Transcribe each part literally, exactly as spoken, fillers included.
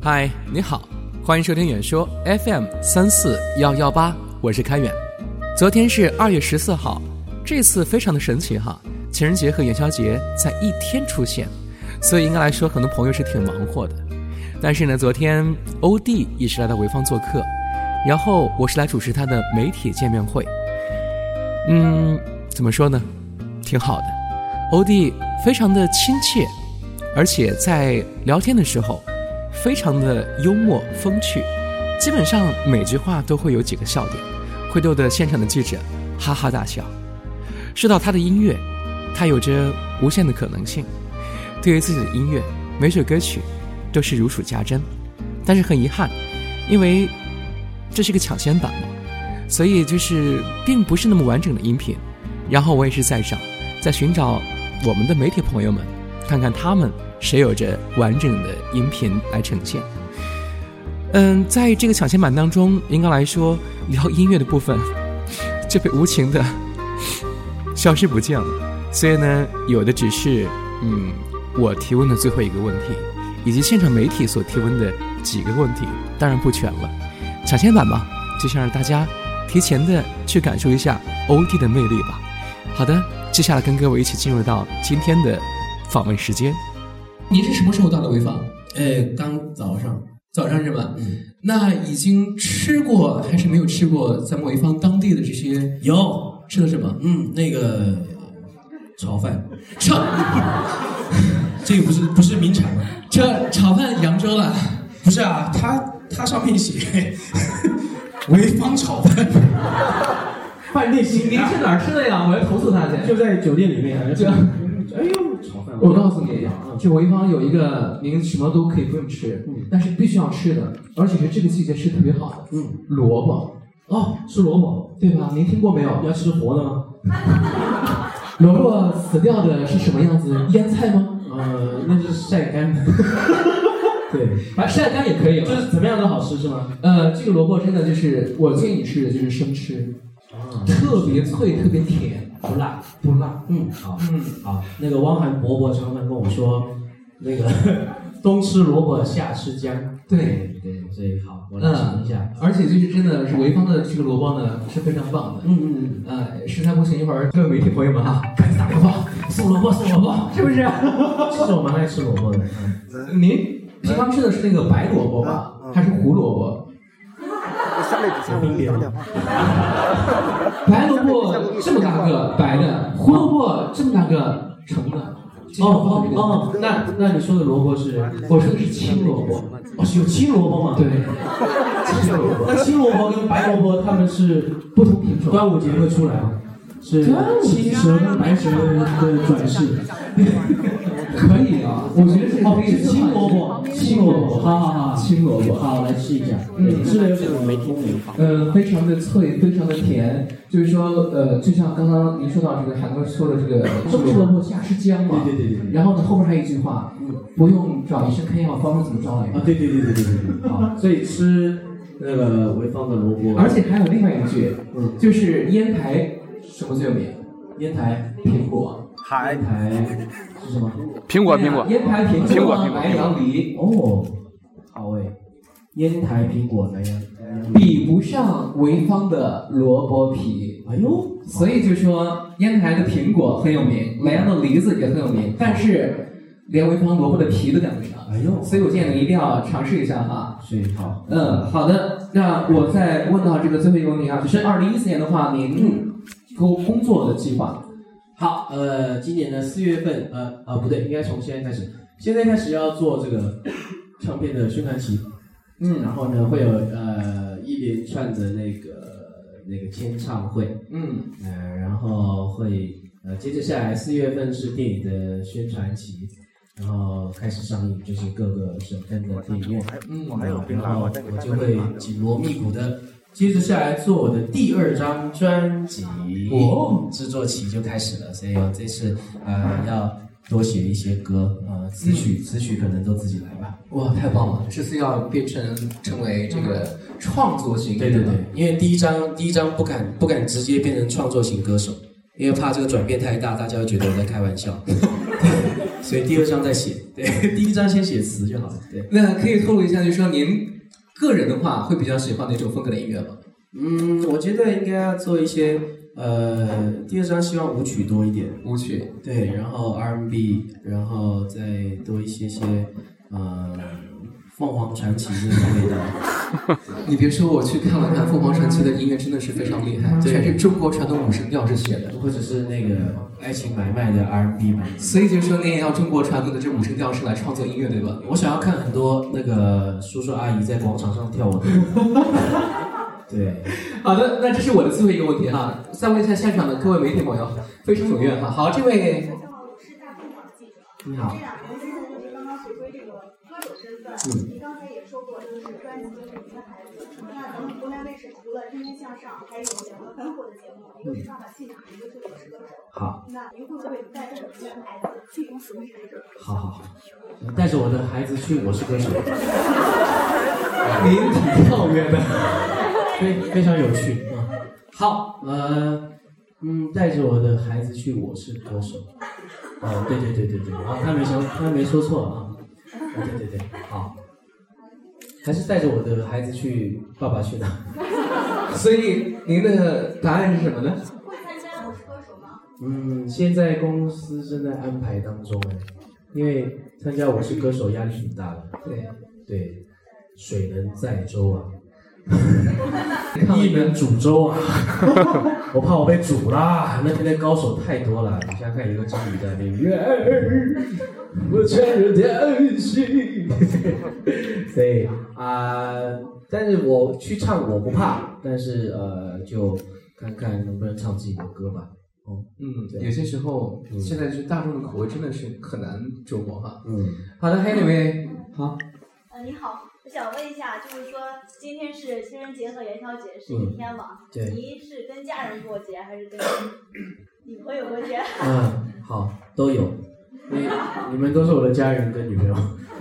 嗨，你好，欢迎收听远说 F M 三四幺幺八，我是开远。昨天是二月十四号，这次非常的神奇哈，情人节和元宵节在一天出现，所以应该来说很多朋友是挺忙活的。但是呢，昨天欧弟也是来到潍坊做客，然后我是来主持他的媒体见面会。嗯，怎么说呢，挺好的。欧弟非常的亲切，而且在聊天的时候非常的幽默风趣，基本上每句话都会有几个笑点，会逗得现场的记者哈哈大笑。说到他的音乐，他有着无限的可能性，对于自己的音乐每首歌曲都是如数家珍。但是很遗憾，因为这是个抢先版嘛，所以就是并不是那么完整的音频。然后我也是在找在寻找我们的媒体朋友们，看看他们谁有着完整的音频来呈现。嗯，在这个抢先版当中，应该来说聊音乐的部分就被无情的消失不见了。所以呢，有的只是嗯我提问的最后一个问题，以及现场媒体所提问的几个问题，当然不全了。抢先版嘛，就想让大家提前的去感受一下欧弟的魅力吧。好的，接下来跟各位一起进入到今天的访问时间。您是什么时候到的潍坊？ 呃，刚早上， 早上是吧？ 嗯， 那已经吃过还是没有吃过咱们潍坊当地的这些？ 有吃的什么？ 嗯，那个炒饭， 炒， 这个不是不是名产吗？ 这炒饭扬州了？ 不是啊，它它上面写潍坊炒饭。饭店新， 您是哪儿吃的呀？我要投诉他去。 就在酒店里面。 这， 哎呦，炒饭！ 我告诉你，就潍坊有一个，您什么都可以不用吃， 嗯， 但是必须要吃的，而且是这个季节吃特别好的， 嗯， 萝卜。 哦，吃萝卜， 对吧？您听过没有？ 要吃活的吗？ 萝卜死掉的是什么样子？腌菜吗？ 呃，那是晒干的。对， 啊，晒干也可以， 就是怎么样都好吃是吗？ 呃，这个萝卜真的就是我建议吃的就是生吃。特别脆，特别甜， 不辣不辣。 嗯，好，嗯，好。那个汪涵伯伯常常跟我说，那个冬吃萝卜，夏吃姜。 对对，所以好，我来尝一下。 嗯，而且就是真的是潍坊的这个萝卜呢是非常棒的。 嗯嗯嗯。呃，实在不行，一会儿各位媒体朋友们哈，赶紧打电话送萝卜，送萝卜，是不是？ 其实我蛮爱吃萝卜的。 嗯，您平常吃的是那个白萝卜吧，还是胡萝卜？ 下面几千我给打电话。 白萝卜这么大个白的，胡萝卜这么大个橙的。 哦哦哦，那那你说的萝卜是？ 我说的是青萝卜。 哦，有青萝卜吗？ 对， 青萝卜。那青萝卜跟白萝卜它们是不同品种。 端午节会出来吗？是青蛇跟白蛇的转世。 可以啊，我觉得是哦，是青萝卜，青萝卜，好好好， 青萝卜， 好，来吃一下。 嗯， 吃的有点没听明白。 呃，非常的脆，非常的甜，就是说，呃，就像刚刚您说到这个韩哥说的这个冬吃萝卜夏吃姜嘛， 对对对对。 然后呢，后面还有一句话，嗯，不用找医生开药方子怎么着来着？ 啊，对对对对对对对。好，所以吃那个潍坊的萝卜， 而且还有另外一句， 嗯， 就是烟台什么最有名？ 烟台苹果。 烟台是什么？ 苹果苹果。 烟台苹果果白杨梨。 哦，好诶，烟台苹果白杨比不上潍坊的萝卜皮。 哎呦， 所以就说烟台的苹果很有名，莱阳的梨子也很有名，但是连潍坊萝卜的皮都赶不上。 哎呦， 所以我建议你一定要尝试一下哈。 所以好， 嗯，好的。那我再问到这个最后一个问题啊，就是二零一四年的话，您工工作的计划？ 好，呃，今年的四月份，呃，啊不对，应该从现在开始，现在开始要做这个唱片的宣传期，嗯，然后呢会有呃一连串的那个那个签唱会，嗯，呃，然后会呃接着下来四月份是电影的宣传期，然后开始上映，就是各个省份的电影院，嗯，然后我就会紧锣密鼓的。接着下来做我的第二张专辑，哦，制作期就开始了，所以我这次呃要多写一些歌，呃词曲词曲可能都自己来吧。 哇，太棒了！这次要变成成为这个创作型， 对对对，因为第一张第一张不敢不敢直接变成创作型歌手，因为怕这个转变太大，大家会觉得我在开玩笑。 所以第二章再写。对，第一章先写词就好了。对， 那可以透露一下，就是说您个人的话，会比较喜欢哪种风格的音乐吗？ 嗯，我觉得应该要做一些呃，第二章希望舞曲多一点， 舞曲对，然后 R and B， 然后再多一些些呃凤凰传奇这种味道。 你别说，我去看了看凤凰传奇的音乐，真的是非常厉害，全是中国传统五声调是写的， 或者是那个爱情买卖的 R and B 版。 所以就是说，你也要中国传统的这五声调式来创作音乐，对吧？ 我想要看很多那个叔叔阿姨在广场上跳舞的。对， 好的，那这是我的最后一个问题哈。再问一下现场的各位媒体朋友，非常踊跃哈。好，这位， 你好。 嗯，你刚才也说过，就是专辑就是你的孩子。那咱们湖南卫视除了《天天向上》，还有两个很火的节目，一个是《爸爸去哪儿》，一个是《我是歌手》。 好。 那您会不会带着你的孩子去《我是歌手》？ 好好好，带着我的孩子去《我是歌手》。 您挺跳跃的， 非非常有趣啊。好，呃，嗯，带着我的孩子去《我是歌手》。哦，对对对对对，啊，他没说，他没说错啊。啊，对对对，好，还是带着我的孩子去《爸爸去哪儿》。 所以您的答案是什么呢？ 会参加《我是歌手》吗？ 嗯，现在公司正在安排当中哎，因为参加《我是歌手》压力挺大的。 对对，水能载舟啊，一能煮粥啊，我怕我被煮啦。那边的高手太多了，你想想看，有个经理在那边，我穿着条心，对啊、呃，但是我去唱我不怕，但是呃，就看看能不能唱自己的歌吧。哦， 嗯，有些时候、嗯、现在是大众的口味真的是很难琢磨哈。 嗯， 好的，还有哪位？好。 呃，你好，我想问一下，就是说今天是情人节和元宵节是一天嘛？ 嗯、对。 你是跟家人过节还是跟女朋友过节？ 嗯，好，都有。你你们都是我的家人跟女朋友。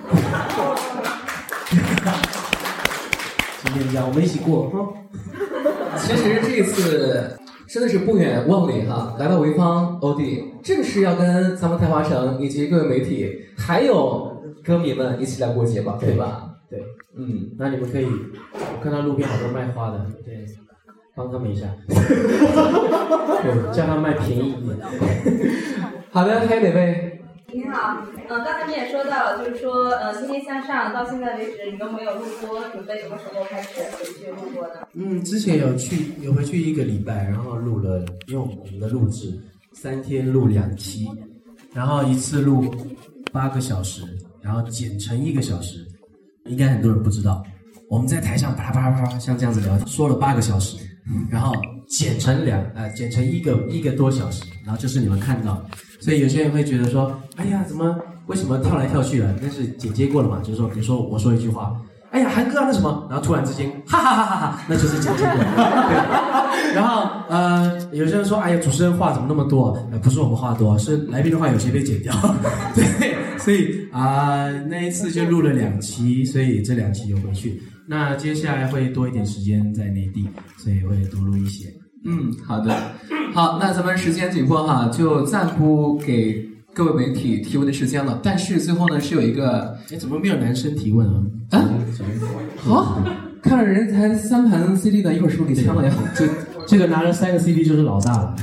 今天这样，我们一起过哈。 其实这次真的是不远万里哈，来到潍坊欧弟，正是要跟咱们太华城以及各位媒体还有歌迷们一起来过节吧，对吧？ 对， 嗯， 那你们可以，我看到路边好多卖花的，对，帮他们一下，对，叫他卖便宜一点。 好的，还有哪位？ 您好，嗯、呃，刚才您也说到了，就是说，呃，天天向上到现在为止，你都没有录播，准备什么时候开始回去录播呢？ 嗯，之前有去，有回去一个礼拜，然后录了用我们的录制，三天录两期，然后一次录八个小时，然后剪成一个小时。应该很多人不知道，我们在台上啪啪啪啪像这样子聊天，说了八个小时，然后剪成两呃剪成一个一个多小时，然后就是你们看到，所以有些人会觉得说，哎呀，怎么为什么跳来跳去的？但是剪接过了嘛，就是说，比如说我说一句话，哎呀，韩哥啊，那什么，然后突然之间，哈哈哈哈哈，那就是剪接过了。对，然后呃，有些人说，哎呀，主持人话怎么那么多？呃，不是我们话多，是来宾的话有些被剪掉。对，所以啊、呃，那一次就录了两期，所以这两期有回去。那接下来会多一点时间在内地，所以会多录一些。 嗯，好的，好，那咱们时间紧迫哈，就暂不给各位媒体提问的时间了。但是最后呢，是有一个， 哎，怎么没有男生提问啊？ 啊，好，看了人才三盘 C D 呢，一会儿是不是给签了呀？ 这这个拿了三个 C D 就是老大了。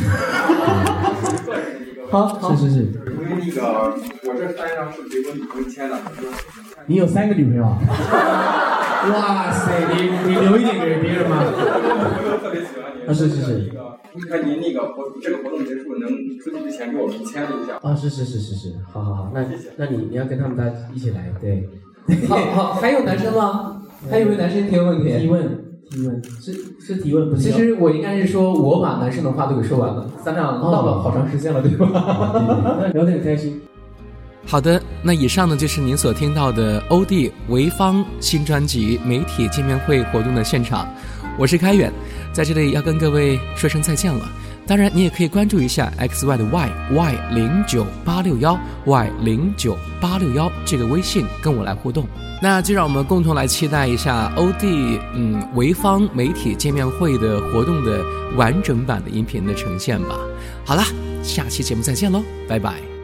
好，好， 是是是。 因为那个，我这三张是给我女朋友签的。 你有三个女朋友啊？哇塞，你你留一点给别人吗？ 我特别喜欢你。 啊，是是是。 你看您那个活这个活动结束能出去之前给我们签一下。 啊，是是是是是，好好好，那那你你要跟他们大家一起来，对。 好好，还有男生吗？还有没有男生提问问题？ 提问提问是是提问不是？ 其实我应该是说我把男生的话都给说完了，咱俩唠了好长时间了，对吧？ 那聊得很开心。 好的，那以上呢就是您所听到的欧弟潍坊新专辑媒体见面会活动的现场，我是开远，在这里要跟各位说声再见了。当然你也可以关注一下 X Y 的 Y Y 零九八六一 Y 零九八六一这个微信跟我来互动。那就让我们共同来期待一下欧弟嗯潍坊媒体见面会的活动的完整版的音频的呈现吧。好啦，下期节目再见喽，拜拜。